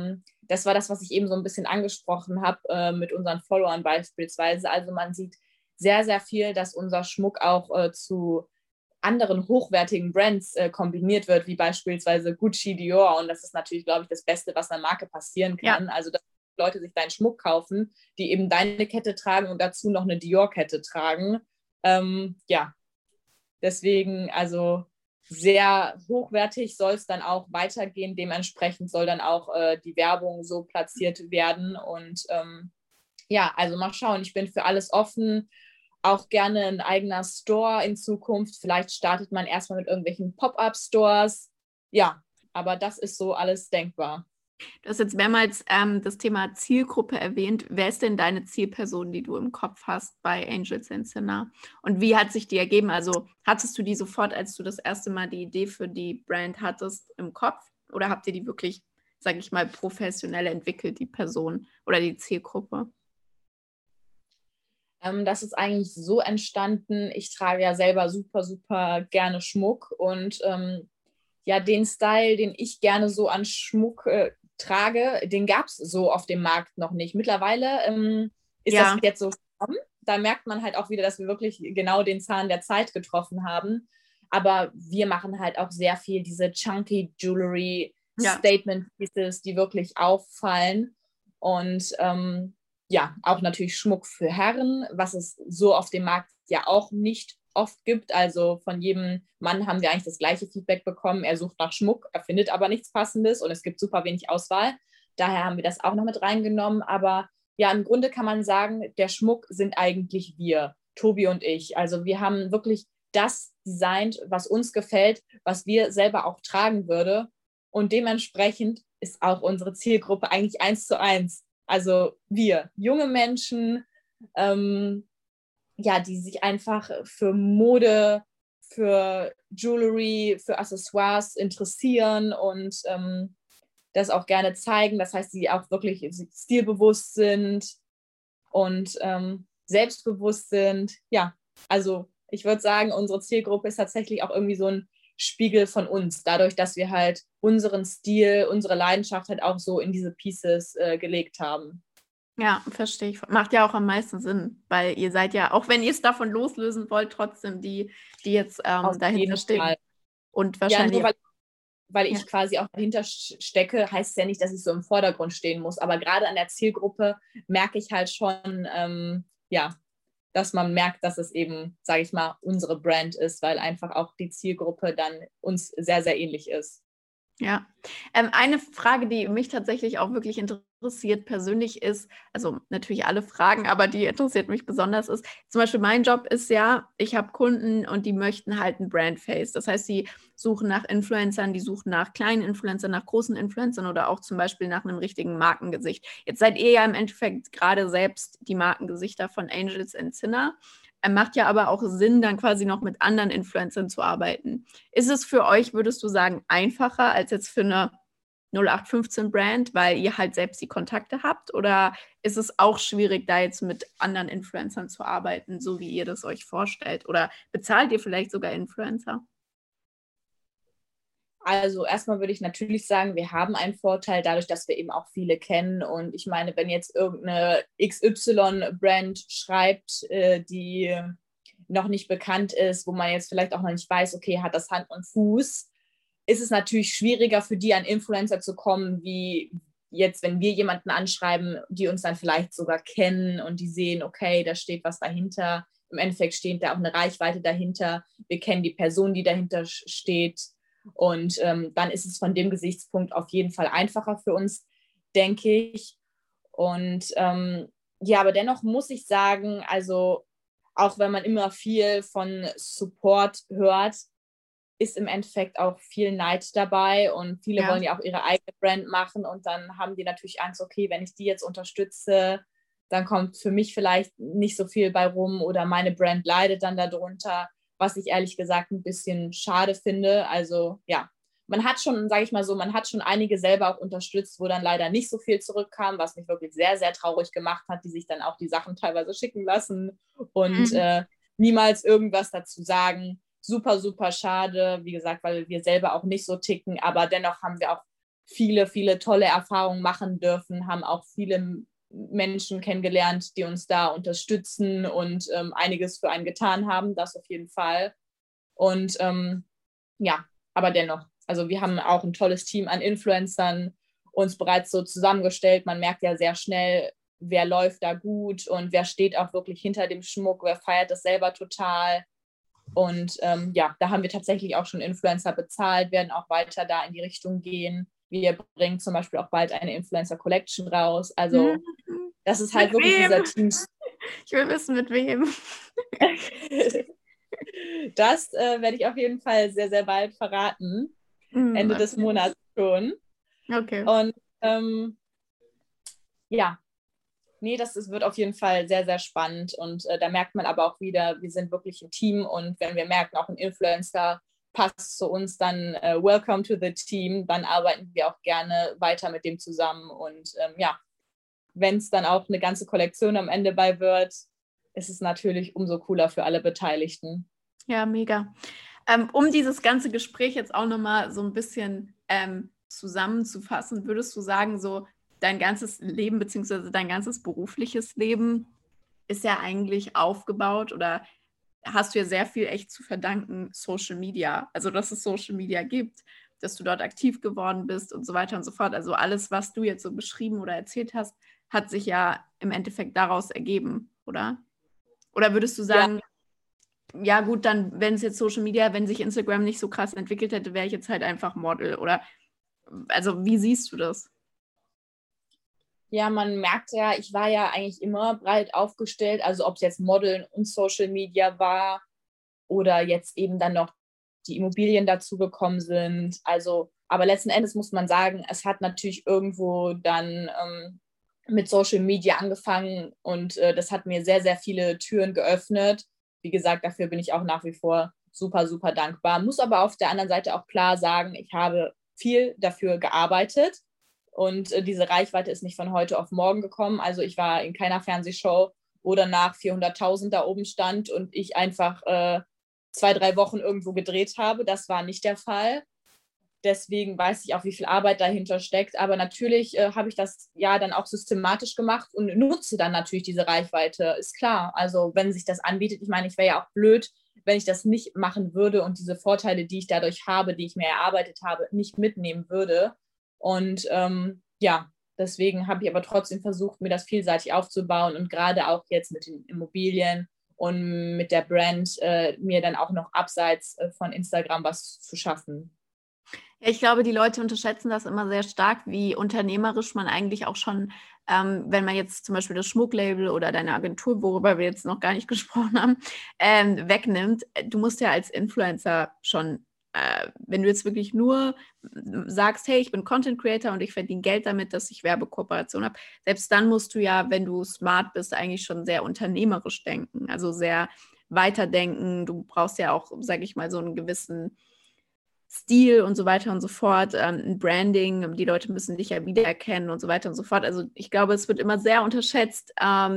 das war das, was ich eben so ein bisschen angesprochen habe mit unseren Followern beispielsweise. Also man sieht sehr, sehr viel, dass unser Schmuck auch zu anderen hochwertigen Brands kombiniert wird, wie beispielsweise Gucci, Dior. Und das ist natürlich, glaube ich, das Beste, was einer Marke passieren kann. Ja. Also, dass Leute sich deinen Schmuck kaufen, die eben deine Kette tragen und dazu noch eine Dior-Kette tragen. Ja, deswegen, also sehr hochwertig soll es dann auch weitergehen. Dementsprechend soll dann auch die Werbung so platziert werden. Und ja, also mal schauen. Ich bin für alles offen. Auch gerne ein eigener Store in Zukunft. Vielleicht startet man erstmal mit irgendwelchen Pop-up-Stores. Ja, aber das ist so alles denkbar. Du hast jetzt mehrmals das Thema Zielgruppe erwähnt. Wer ist denn deine Zielperson, die du im Kopf hast bei Angels and Sinner? Und wie hat sich die ergeben? Also hattest du die sofort, als du das erste Mal die Idee für die Brand hattest, im Kopf? Oder habt ihr die wirklich, sage ich mal, professionell entwickelt, die Person oder die Zielgruppe? Das ist eigentlich so entstanden. Ich trage ja selber super, super gerne Schmuck und ja, den Style, den ich gerne so an Schmuck trage, den gab es so auf dem Markt noch nicht. Mittlerweile ist das jetzt so gekommen. Da merkt man halt auch wieder, dass wir wirklich genau den Zahn der Zeit getroffen haben. Aber wir machen halt auch sehr viel diese chunky Jewelry, Statement Pieces, die wirklich auffallen. Und ja, auch natürlich Schmuck für Herren, was es so auf dem Markt ja auch nicht oft gibt. Also von jedem Mann haben wir eigentlich das gleiche Feedback bekommen. Er sucht nach Schmuck, er findet aber nichts Passendes und es gibt super wenig Auswahl. Daher haben wir das auch noch mit reingenommen. Aber ja, im Grunde kann man sagen, der Schmuck sind eigentlich wir, Tobi und ich. Also wir haben wirklich das designt, was uns gefällt, was wir selber auch tragen würde. Und dementsprechend ist auch unsere Zielgruppe eigentlich 1:1. Also wir, junge Menschen, ja, die sich einfach für Mode, für Jewelry, für Accessoires interessieren und das auch gerne zeigen. Das heißt, die auch wirklich stilbewusst sind und selbstbewusst sind. Ja, also ich würde sagen, unsere Zielgruppe ist tatsächlich auch irgendwie so ein Spiegel von uns, dadurch, dass wir halt unseren Stil, unsere Leidenschaft halt auch so in diese Pieces gelegt haben. Ja, verstehe ich. Macht ja auch am meisten Sinn, weil ihr seid ja, auch wenn ihr es davon loslösen wollt, trotzdem die jetzt dahinter stehen. Fall. Und wahrscheinlich. Ja, nur weil ich quasi auch dahinter stecke, heißt es ja nicht, dass ich so im Vordergrund stehen muss. Aber gerade an der Zielgruppe merke ich halt schon, ja, dass man merkt, dass es eben, sage ich mal, unsere Brand ist, weil einfach auch die Zielgruppe dann uns sehr, sehr ähnlich ist. Ja, eine Frage, die mich tatsächlich auch wirklich interessiert persönlich ist, also natürlich alle Fragen, aber die interessiert mich besonders ist, zum Beispiel mein Job ist ja, ich habe Kunden und die möchten halt ein Brandface. Das heißt, die suchen nach Influencern, die suchen nach kleinen Influencern, nach großen Influencern oder auch zum Beispiel nach einem richtigen Markengesicht. Jetzt seid ihr ja im Endeffekt gerade selbst die Markengesichter von Angels and Sinner. Macht ja aber auch Sinn, dann quasi noch mit anderen Influencern zu arbeiten. Ist es für euch, würdest du sagen, einfacher als jetzt für eine 0815-Brand, weil ihr halt selbst die Kontakte habt? Oder ist es auch schwierig, da jetzt mit anderen Influencern zu arbeiten, so wie ihr das euch vorstellt? Oder bezahlt ihr vielleicht sogar Influencer? Also erstmal würde ich natürlich sagen, wir haben einen Vorteil dadurch, dass wir eben auch viele kennen. Und ich meine, wenn jetzt irgendeine XY-Brand schreibt, die noch nicht bekannt ist, wo man jetzt vielleicht auch noch nicht weiß, okay, hat das Hand und Fuß, ist es natürlich schwieriger für die, an Influencer zu kommen, wie jetzt, wenn wir jemanden anschreiben, die uns dann vielleicht sogar kennen und die sehen, okay, da steht was dahinter. Im Endeffekt steht da auch eine Reichweite dahinter. Wir kennen die Person, die dahinter steht. Und dann ist es von dem Gesichtspunkt auf jeden Fall einfacher für uns, denke ich. Und ja, aber dennoch muss ich sagen, also auch wenn man immer viel von Support hört, ist im Endeffekt auch viel Neid dabei und viele wollen ja auch ihre eigene Brand machen und dann haben die natürlich Angst, okay, wenn ich die jetzt unterstütze, dann kommt für mich vielleicht nicht so viel bei rum oder meine Brand leidet dann darunter, was ich ehrlich gesagt ein bisschen schade finde. Also ja, man hat schon, sage ich mal so, man hat schon einige selber auch unterstützt, wo dann leider nicht so viel zurückkam, was mich wirklich sehr, sehr traurig gemacht hat, die sich dann auch die Sachen teilweise schicken lassen und niemals irgendwas dazu sagen. Super, super schade, wie gesagt, weil wir selber auch nicht so ticken, aber dennoch haben wir auch viele, viele tolle Erfahrungen machen dürfen, haben auch viele Menschen kennengelernt, die uns da unterstützen und einiges für einen getan haben, das auf jeden Fall. Und ja, aber dennoch, also wir haben auch ein tolles Team an Influencern uns bereits so zusammengestellt. Man merkt ja sehr schnell, wer läuft da gut und wer steht auch wirklich hinter dem Schmuck, wer feiert das selber total. Und ja, da haben wir tatsächlich auch schon Influencer bezahlt, werden auch weiter da in die Richtung gehen. Wir bringen zum Beispiel auch bald eine Influencer-Collection raus. Also das ist halt Mit wirklich wem? dieser Team. Ich will wissen, mit wem. Das werde ich auf jeden Fall sehr, sehr bald verraten. Ende des Monats schon. Okay. Und ja, nee, wird auf jeden Fall sehr, sehr spannend. Und da merkt man aber auch wieder, wir sind wirklich ein Team. Und wenn wir merken, auch ein Influencer passt zu uns, dann welcome to the team. Dann arbeiten wir auch gerne weiter mit dem zusammen. Und ja, wenn es dann auch eine ganze Kollektion am Ende bei wird, ist es natürlich umso cooler für alle Beteiligten. Ja, mega. Um dieses ganze Gespräch jetzt auch nochmal so ein bisschen zusammenzufassen, würdest du sagen, so dein ganzes Leben beziehungsweise dein ganzes berufliches Leben ist ja eigentlich aufgebaut oder hast du ja sehr viel echt zu verdanken Social Media, also dass es Social Media gibt, dass du dort aktiv geworden bist und so weiter und so fort. Also alles, was du jetzt so beschrieben oder erzählt hast, hat sich ja im Endeffekt daraus ergeben, oder? Oder würdest du sagen, ja gut, dann, wenn es jetzt Social Media, wenn sich Instagram nicht so krass entwickelt hätte, wäre ich jetzt halt einfach Model, oder? Also wie siehst du das? Ja, man merkt ja, ich war ja eigentlich immer breit aufgestellt, also ob es jetzt Modeln und Social Media war oder jetzt eben dann noch die Immobilien dazugekommen sind. Also, aber letzten Endes muss man sagen, es hat natürlich irgendwo dann mit Social Media angefangen und das hat mir sehr, sehr viele Türen geöffnet. Wie gesagt, dafür bin ich auch nach wie vor super, super dankbar. Muss aber auf der anderen Seite auch klar sagen, ich habe viel dafür gearbeitet. Und diese Reichweite ist nicht von heute auf morgen gekommen. Also ich war in keiner Fernsehshow, wo danach 400.000 da oben stand und ich einfach 2-3 Wochen irgendwo gedreht habe. Das war nicht der Fall. Deswegen weiß ich auch, wie viel Arbeit dahinter steckt. Aber natürlich habe ich das ja dann auch systematisch gemacht und nutze dann natürlich diese Reichweite. Ist klar. Also wenn sich das anbietet, ich meine, ich wäre ja auch blöd, wenn ich das nicht machen würde und diese Vorteile, die ich dadurch habe, die ich mir erarbeitet habe, nicht mitnehmen würde. Und ja, deswegen habe ich aber trotzdem versucht, mir das vielseitig aufzubauen und gerade auch jetzt mit den Immobilien und mit der Brand mir dann auch noch abseits von Instagram was zu schaffen. Ja, ich glaube, die Leute unterschätzen das immer sehr stark, wie unternehmerisch man eigentlich auch schon, wenn man jetzt zum Beispiel das Schmucklabel oder deine Agentur, worüber wir jetzt noch gar nicht gesprochen haben, wegnimmt. Du musst ja als Influencer schon, wenn du jetzt wirklich nur sagst, hey, ich bin Content Creator und ich verdiene Geld damit, dass ich Werbekooperation habe, selbst dann musst du ja, wenn du smart bist, eigentlich schon sehr unternehmerisch denken, also sehr weiterdenken. Du brauchst ja auch, sage ich mal, so einen gewissen Stil und so weiter und so fort, ein Branding, die Leute müssen dich ja wiedererkennen und so weiter und so fort. Also ich glaube, es wird immer sehr unterschätzt,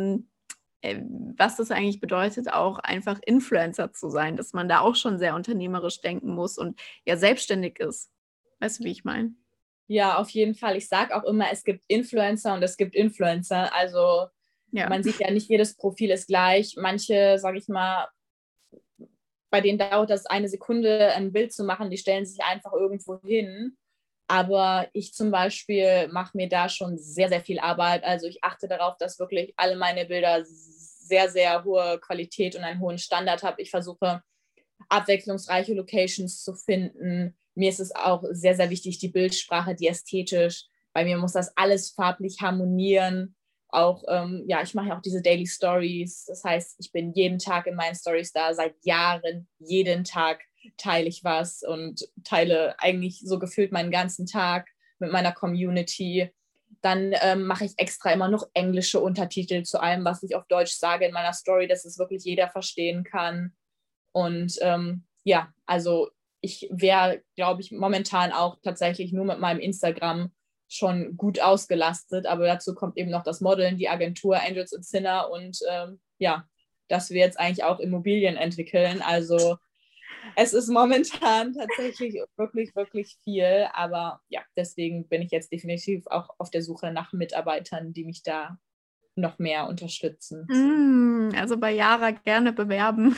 was das eigentlich bedeutet, auch einfach Influencer zu sein, dass man da auch schon sehr unternehmerisch denken muss und ja selbstständig ist. Weißt du, wie ich meine? Ja, auf jeden Fall. Ich sage auch immer, es gibt Influencer und es gibt Influencer. Also Ja. man sieht ja nicht, jedes Profil ist gleich. Manche, sage ich mal, bei denen dauert das eine Sekunde, ein Bild zu machen, die stellen sich einfach irgendwo hin. Aber ich zum Beispiel mache mir da schon sehr, sehr viel Arbeit. Also ich achte darauf, dass wirklich alle meine Bilder sehr, sehr hohe Qualität und einen hohen Standard haben. Ich versuche abwechslungsreiche Locations zu finden. Mir ist es auch sehr, sehr wichtig, die Bildsprache, die ästhetisch. Bei mir muss das alles farblich harmonieren. Auch, ja, ich mache ja auch diese Daily Stories. Das heißt, ich bin jeden Tag in meinen Stories da, seit Jahren, jeden Tag teile ich was und teile eigentlich so gefühlt meinen ganzen Tag mit meiner Community. Dann mache ich extra immer noch englische Untertitel zu allem, was ich auf Deutsch sage in meiner Story, dass es wirklich jeder verstehen kann. Und ja, also ich wäre, glaube ich, momentan auch tatsächlich nur mit meinem Instagram schon gut ausgelastet, aber dazu kommt eben noch das Modeln, die Agentur Angels und Sinner und ja, dass wir jetzt eigentlich auch Immobilien entwickeln. Also Es ist momentan tatsächlich wirklich, wirklich viel, aber ja, deswegen bin ich jetzt definitiv auch auf der Suche nach Mitarbeitern, die mich da noch mehr unterstützen. Also bei Yara gerne bewerben.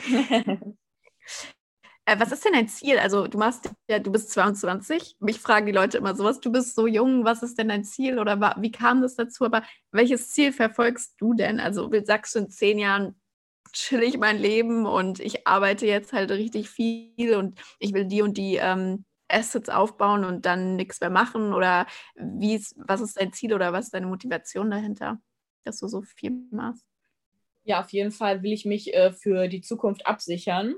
Was ist denn dein Ziel? Also du bist 22. Mich fragen die Leute immer sowas. Du bist so jung. Was ist denn dein Ziel? Oder wie kam das dazu? Aber welches Ziel verfolgst du denn? Also sagst du in 10 Jahren chill ich mein Leben und ich arbeite jetzt halt richtig viel und ich will die und die Assets aufbauen und dann nichts mehr machen? Oder was ist dein Ziel oder was ist deine Motivation dahinter, dass du so viel machst? Ja, auf jeden Fall will ich mich für die Zukunft absichern.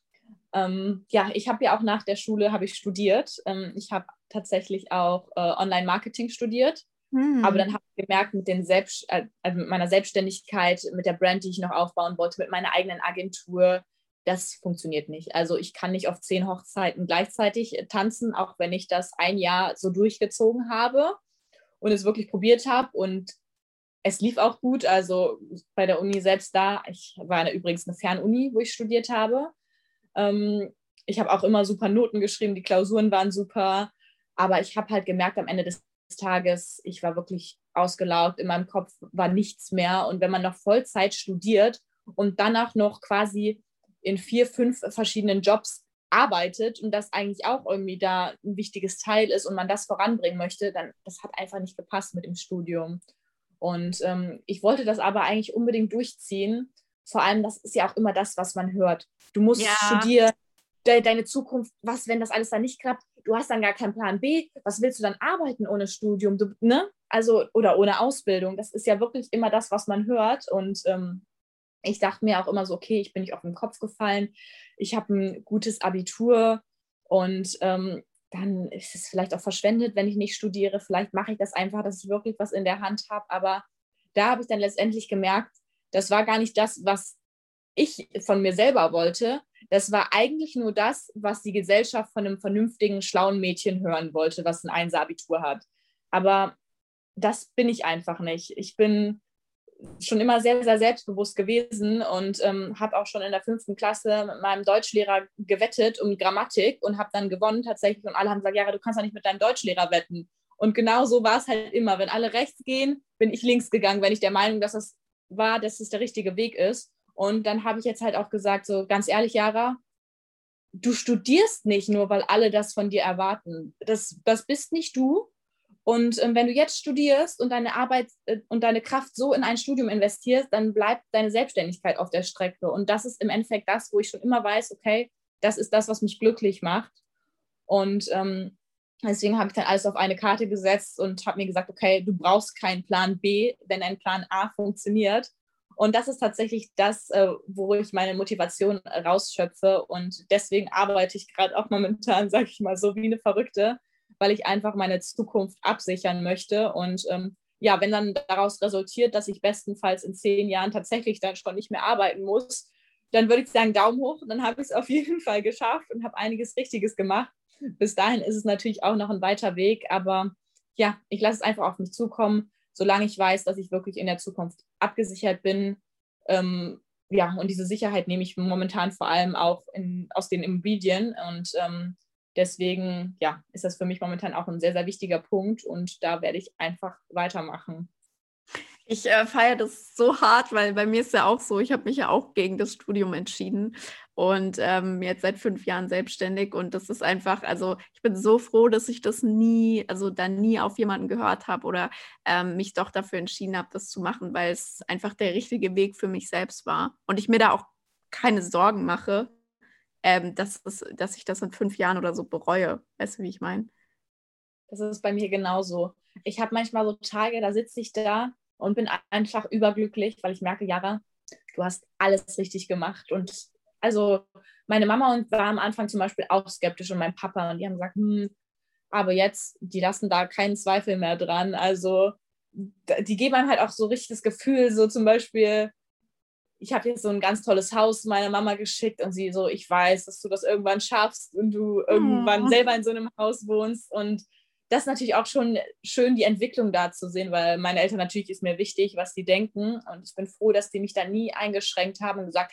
Ja, ich habe ja auch nach der Schule habe ich studiert. Ich habe tatsächlich auch Online-Marketing studiert. Aber dann habe ich gemerkt, also mit meiner Selbstständigkeit, mit der Brand, die ich noch aufbauen wollte, mit meiner eigenen Agentur, das funktioniert nicht. Also ich kann nicht auf 10 Hochzeiten gleichzeitig tanzen, auch wenn ich das ein Jahr so durchgezogen habe und es wirklich probiert habe. Und es lief auch gut. Also bei der Uni selbst ich war übrigens eine Fernuni, wo ich studiert habe. Ich habe auch immer super Noten geschrieben, die Klausuren waren super. Aber ich habe halt gemerkt am Ende des Tages, ich war wirklich ausgelaugt, in meinem Kopf war nichts mehr. Und wenn man noch Vollzeit studiert und danach noch quasi in 4, 5 verschiedenen Jobs arbeitet und das eigentlich auch irgendwie da ein wichtiges Teil ist und man das voranbringen möchte, dann das hat einfach nicht gepasst mit dem Studium. Und ich wollte das aber eigentlich unbedingt durchziehen. Vor allem, das ist ja auch immer das, was man hört. Du musst studieren, deine Zukunft, was, wenn das alles dann nicht klappt? Du hast dann gar keinen Plan B. Was willst du dann arbeiten ohne Studium? Ne? Also, oder ohne Ausbildung. Das ist ja wirklich immer das, was man hört. Und ich dachte mir auch immer so, okay, ich bin nicht auf den Kopf gefallen. Ich habe ein gutes Abitur und dann ist es vielleicht auch verschwendet, wenn ich nicht studiere. Vielleicht mache ich das einfach, dass ich wirklich was in der Hand habe. Aber da habe ich dann letztendlich gemerkt, das war gar nicht das, was ich von mir selber wollte. Das war eigentlich nur das, was die Gesellschaft von einem vernünftigen, schlauen Mädchen hören wollte, was ein Einser-Abitur hat. Aber das bin ich einfach nicht. Ich bin schon immer sehr, sehr selbstbewusst gewesen und habe auch schon in der 5. Klasse mit meinem Deutschlehrer gewettet um Grammatik und habe dann gewonnen tatsächlich und alle haben gesagt, ja, du kannst doch nicht mit deinem Deutschlehrer wetten. Und genau so war es halt immer. Wenn alle rechts gehen, bin ich links gegangen, wenn ich der Meinung, dass es der richtige Weg ist. Und dann habe ich jetzt halt auch gesagt, so ganz ehrlich, Yara, du studierst nicht nur, weil alle das von dir erwarten. Das bist nicht du. Und wenn du jetzt studierst und deine Arbeit und deine Kraft so in ein Studium investierst, dann bleibt deine Selbstständigkeit auf der Strecke. Und das ist im Endeffekt das, wo ich schon immer weiß, okay, das ist das, was mich glücklich macht. Und deswegen habe ich dann alles auf eine Karte gesetzt und habe mir gesagt, okay, du brauchst keinen Plan B, wenn dein Plan A funktioniert. Und das ist tatsächlich das, wo ich meine Motivation rausschöpfe. Und deswegen arbeite ich gerade auch momentan, sage ich mal, so wie eine Verrückte, weil ich einfach meine Zukunft absichern möchte. Und ja, wenn dann daraus resultiert, dass ich bestenfalls in 10 Jahren tatsächlich dann schon nicht mehr arbeiten muss, dann würde ich sagen, Daumen hoch. Dann habe ich es auf jeden Fall geschafft und habe einiges Richtiges gemacht. Bis dahin ist es natürlich auch noch ein weiter Weg, aber ja, ich lasse es einfach auf mich zukommen, solange ich weiß, dass ich wirklich in der Zukunft abgesichert bin. Ja, und diese Sicherheit nehme ich momentan vor allem auch aus den Immobilien und deswegen, ja, ist das für mich momentan auch ein sehr, sehr wichtiger Punkt und da werde ich einfach weitermachen. Ich feiere das so hart, weil bei mir ist ja auch so, ich habe mich ja auch gegen das Studium entschieden und jetzt seit 5 Jahren selbstständig und das ist einfach, also ich bin so froh, dass ich das nie auf jemanden gehört habe oder mich doch dafür entschieden habe, das zu machen, weil es einfach der richtige Weg für mich selbst war und ich mir da auch keine Sorgen mache, dass ich das in 5 Jahren oder so bereue. Weißt du, wie ich meine? Das ist bei mir genauso. Ich habe manchmal so Tage, da sitze ich da und bin einfach überglücklich, weil ich merke, Yara, du hast alles richtig gemacht. Und also meine Mama war am Anfang zum Beispiel auch skeptisch und mein Papa und die haben gesagt, aber jetzt, die lassen da keinen Zweifel mehr dran. Also die geben einem halt auch so richtig das Gefühl, so zum Beispiel, ich habe jetzt so ein ganz tolles Haus meiner Mama geschickt und sie so, ich weiß, dass du das irgendwann schaffst und du irgendwann selber in so einem Haus wohnst und das ist natürlich auch schon schön, die Entwicklung da zu sehen, weil meine Eltern natürlich ist mir wichtig, was die denken und ich bin froh, dass die mich da nie eingeschränkt haben und gesagt haben,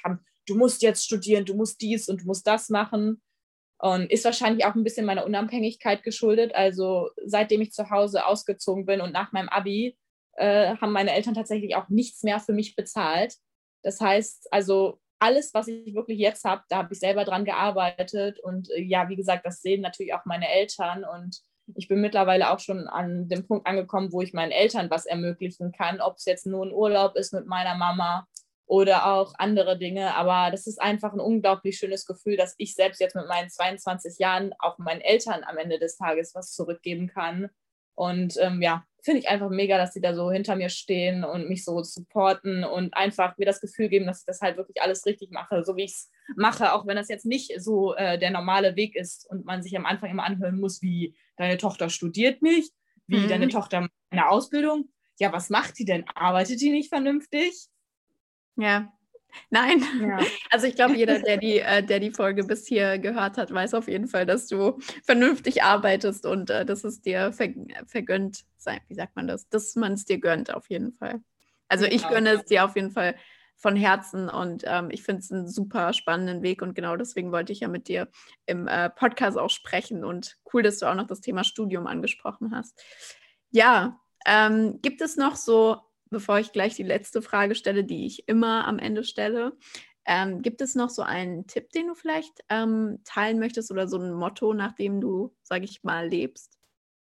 du musst jetzt studieren, du musst dies und du musst das machen. Und ist wahrscheinlich auch ein bisschen meiner Unabhängigkeit geschuldet. Also seitdem ich zu Hause ausgezogen bin und nach meinem Abi, haben meine Eltern tatsächlich auch nichts mehr für mich bezahlt. Das heißt, also alles, was ich wirklich jetzt habe, da habe ich selber dran gearbeitet. Und ja, wie gesagt, das sehen natürlich auch meine Eltern. Und ich bin mittlerweile auch schon an dem Punkt angekommen, wo ich meinen Eltern was ermöglichen kann, ob es jetzt nur ein Urlaub ist mit meiner Mama oder auch andere Dinge. Aber das ist einfach ein unglaublich schönes Gefühl, dass ich selbst jetzt mit meinen 22 Jahren auch meinen Eltern am Ende des Tages was zurückgeben kann. Und ja, finde ich einfach mega, dass sie da so hinter mir stehen und mich so supporten und einfach mir das Gefühl geben, dass ich das halt wirklich alles richtig mache, so wie ich es mache, auch wenn das jetzt nicht so der normale Weg ist und man sich am Anfang immer anhören muss, wie deine Tochter studiert nicht, wie deine Tochter eine Ausbildung. Ja, was macht die denn? Arbeitet die nicht vernünftig? Ja, nein. Ja. Also ich glaube, jeder, der die Folge bis hier gehört hat, weiß auf jeden Fall, dass du vernünftig arbeitest und dass es dir vergönnt sein, wie sagt man das? Dass man es dir gönnt, auf jeden Fall. Also ich gönne es dir auf jeden Fall von Herzen und ich finde es einen super spannenden Weg und genau deswegen wollte ich ja mit dir im Podcast auch sprechen und cool, dass du auch noch das Thema Studium angesprochen hast. Ja, gibt es noch so, bevor ich gleich die letzte Frage stelle, die ich immer am Ende stelle, gibt es noch so einen Tipp, den du vielleicht teilen möchtest oder so ein Motto, nach dem du, sage ich mal, lebst?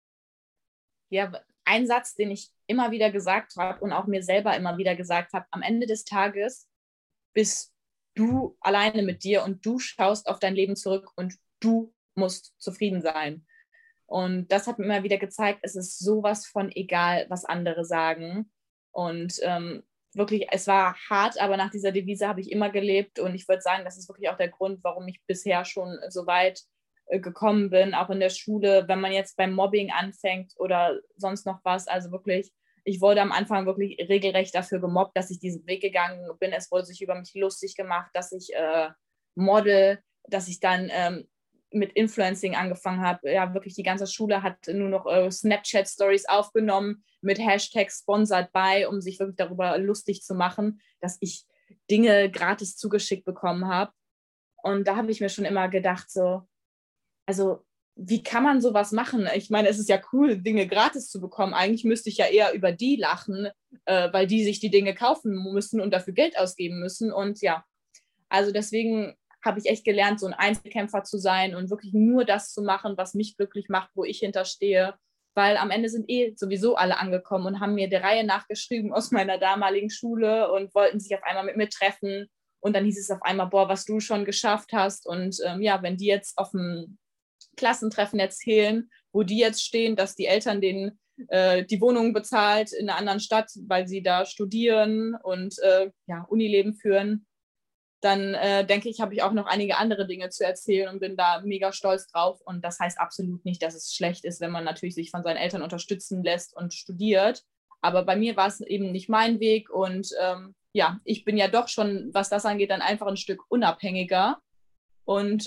Ja, ein Satz, den ich immer wieder gesagt habe und auch mir selber immer wieder gesagt habe, am Ende des Tages bist du alleine mit dir und du schaust auf dein Leben zurück und du musst zufrieden sein. Und das hat mir immer wieder gezeigt, es ist sowas von egal, was andere sagen. Und wirklich, es war hart, aber nach dieser Devise habe ich immer gelebt. Und ich würde sagen, das ist wirklich auch der Grund, warum ich bisher schon so weit gekommen bin, auch in der Schule, wenn man jetzt beim Mobbing anfängt oder sonst noch was. Also wirklich, ich wurde am Anfang wirklich regelrecht dafür gemobbt, dass ich diesen Weg gegangen bin. Es wurde sich über mich lustig gemacht, dass ich model, dass ich dann mit Influencing angefangen habe. Ja, wirklich die ganze Schule hat nur noch Snapchat-Stories aufgenommen mit Hashtag Sponsored by, um sich wirklich darüber lustig zu machen, dass ich Dinge gratis zugeschickt bekommen habe. Und da habe ich mir schon immer gedacht, so, also wie kann man sowas machen? Ich meine, es ist ja cool, Dinge gratis zu bekommen. Eigentlich müsste ich ja eher über die lachen, weil die sich die Dinge kaufen müssen und dafür Geld ausgeben müssen. Und ja, also deswegen habe ich echt gelernt, so ein Einzelkämpfer zu sein und wirklich nur das zu machen, was mich glücklich macht, wo ich hinterstehe. Weil am Ende sind sowieso alle angekommen und haben mir der Reihe nachgeschrieben aus meiner damaligen Schule und wollten sich auf einmal mit mir treffen. Und dann hieß es auf einmal, boah, was du schon geschafft hast. Und ja, wenn die jetzt auf dem Klassentreffen erzählen, wo die jetzt stehen, dass die Eltern denen die Wohnung bezahlt in einer anderen Stadt, weil sie da studieren und ja, Unileben führen, dann denke ich, habe ich auch noch einige andere Dinge zu erzählen und bin da mega stolz drauf. Und das heißt absolut nicht, dass es schlecht ist, wenn man natürlich sich von seinen Eltern unterstützen lässt und studiert. Aber bei mir war es eben nicht mein Weg. Und ja, ich bin ja doch schon, was das angeht, dann einfach ein Stück unabhängiger. Und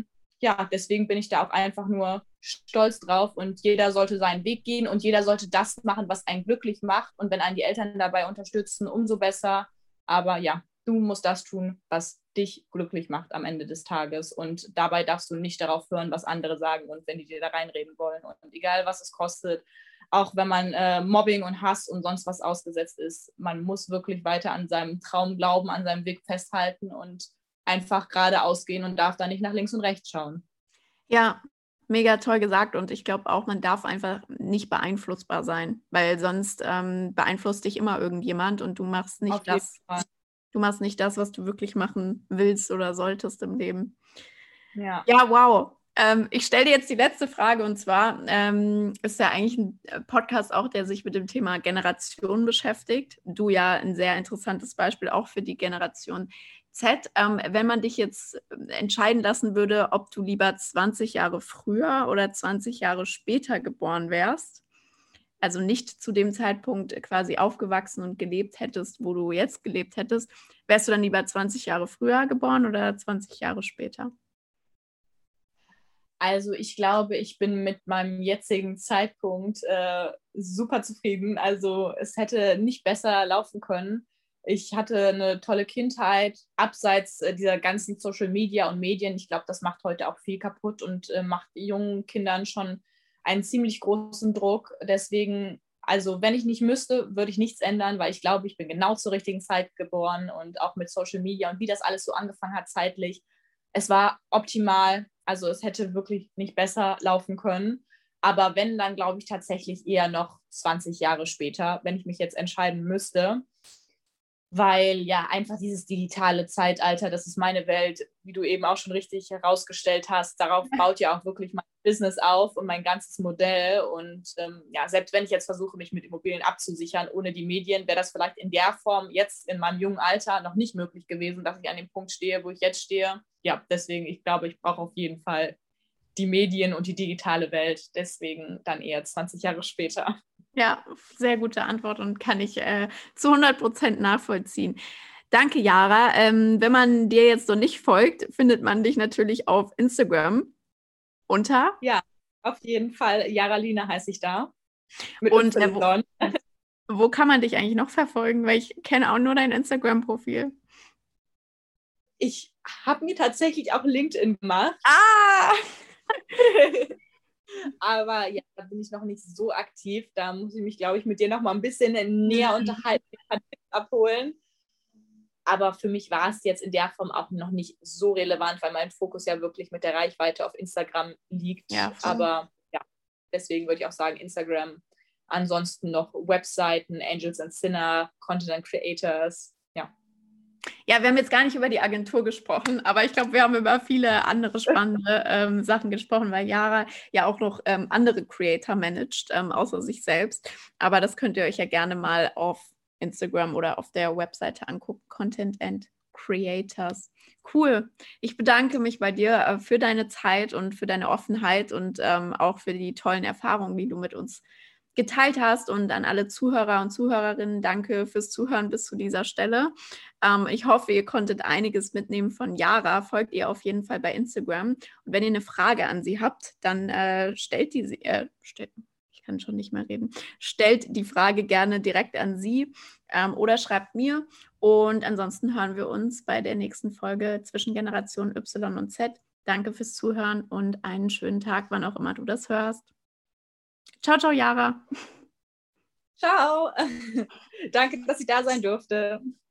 ja, deswegen bin ich da auch einfach nur stolz drauf. Und jeder sollte seinen Weg gehen und jeder sollte das machen, was einen glücklich macht. Und wenn einen die Eltern dabei unterstützen, umso besser. Aber ja, du musst das tun, was dich glücklich macht am Ende des Tages. Und dabei darfst du nicht darauf hören, was andere sagen und wenn die dir da reinreden wollen. Und egal, was es kostet, auch wenn man Mobbing und Hass und sonst was ausgesetzt ist, man muss wirklich weiter an seinem Traum glauben, an seinem Weg festhalten und einfach geradeaus gehen und darf da nicht nach links und rechts schauen. Ja, mega toll gesagt und ich glaube auch, man darf einfach nicht beeinflussbar sein, weil sonst beeinflusst dich immer irgendjemand und du machst nicht das, was du wirklich machen willst oder solltest im Leben. Ja, wow. Ich stelle dir jetzt die letzte Frage und zwar ist ja eigentlich ein Podcast auch, der sich mit dem Thema Generation beschäftigt. Du ja ein sehr interessantes Beispiel auch für die Generation Z. Wenn man dich jetzt entscheiden lassen würde, ob du lieber 20 Jahre früher oder 20 Jahre später geboren wärst, also nicht zu dem Zeitpunkt quasi aufgewachsen und gelebt hättest, wo du jetzt gelebt hättest, wärst du dann lieber 20 Jahre früher geboren oder 20 Jahre später? also ich glaube, ich bin mit meinem jetzigen Zeitpunkt super zufrieden. Also es hätte nicht besser laufen können. Ich hatte eine tolle Kindheit, abseits dieser ganzen Social Media und Medien. Ich glaube, das macht heute auch viel kaputt und macht jungen Kindern schon einen ziemlich großen Druck. Deswegen, also wenn ich nicht müsste, würde ich nichts ändern, weil ich glaube, ich bin genau zur richtigen Zeit geboren und auch mit Social Media und wie das alles so angefangen hat zeitlich. Es war optimal, also es hätte wirklich nicht besser laufen können. Aber wenn, dann glaube ich tatsächlich eher noch 20 Jahre später, wenn ich mich jetzt entscheiden müsste, weil ja einfach dieses digitale Zeitalter, das ist meine Welt, wie du eben auch schon richtig herausgestellt hast, darauf baut ja auch wirklich mein Business auf und mein ganzes Modell. Und ja, selbst wenn ich jetzt versuche, mich mit Immobilien abzusichern, ohne die Medien, wäre das vielleicht in der Form jetzt in meinem jungen Alter noch nicht möglich gewesen, dass ich an dem Punkt stehe, wo ich jetzt stehe. Ja, deswegen, ich glaube, ich brauche auf jeden Fall die Medien und die digitale Welt. Deswegen dann eher 20 Jahre später. Ja, sehr gute Antwort und kann ich zu 100% nachvollziehen. Danke, Yara. Wenn man dir jetzt noch nicht folgt, findet man dich natürlich auf Instagram unter. Ja, auf jeden Fall. Yaralina heiße ich da. Mit Und Y. wo kann man dich eigentlich noch verfolgen? Weil ich kenne auch nur dein Instagram-Profil. Ich habe mir tatsächlich auch LinkedIn gemacht. Ah! Aber ja, da bin ich noch nicht so aktiv. Da muss ich mich, glaube ich, mit dir noch mal ein bisschen näher unterhalten, ein paar Tipps abholen. Aber für mich war es jetzt in der Form auch noch nicht so relevant, weil mein Fokus ja wirklich mit der Reichweite auf Instagram liegt. Ja, aber ja, deswegen würde ich auch sagen Instagram. Ansonsten noch Webseiten, Angels and Sinner, Content Creators. Ja, wir haben jetzt gar nicht über die Agentur gesprochen, aber ich glaube, wir haben über viele andere spannende Sachen gesprochen, weil Yara ja auch noch andere Creator managt, außer sich selbst. Aber das könnt ihr euch ja gerne mal auf Instagram oder auf der Webseite angucken, Content and Creators. Cool. Ich bedanke mich bei dir für deine Zeit und für deine Offenheit und auch für die tollen Erfahrungen, die du mit uns geteilt hast, und an alle Zuhörer und Zuhörerinnen, danke fürs Zuhören bis zu dieser Stelle. Ich hoffe, ihr konntet einiges mitnehmen von Yara. Folgt ihr auf jeden Fall bei Instagram. Und wenn ihr eine Frage an sie habt, dann stellt die Frage gerne direkt an sie oder schreibt mir. Und ansonsten hören wir uns bei der nächsten Folge zwischen Generation Y und Z. Danke fürs Zuhören und einen schönen Tag, wann auch immer du das hörst. Ciao, ciao, Yara. Ciao. Danke, dass ich da sein durfte.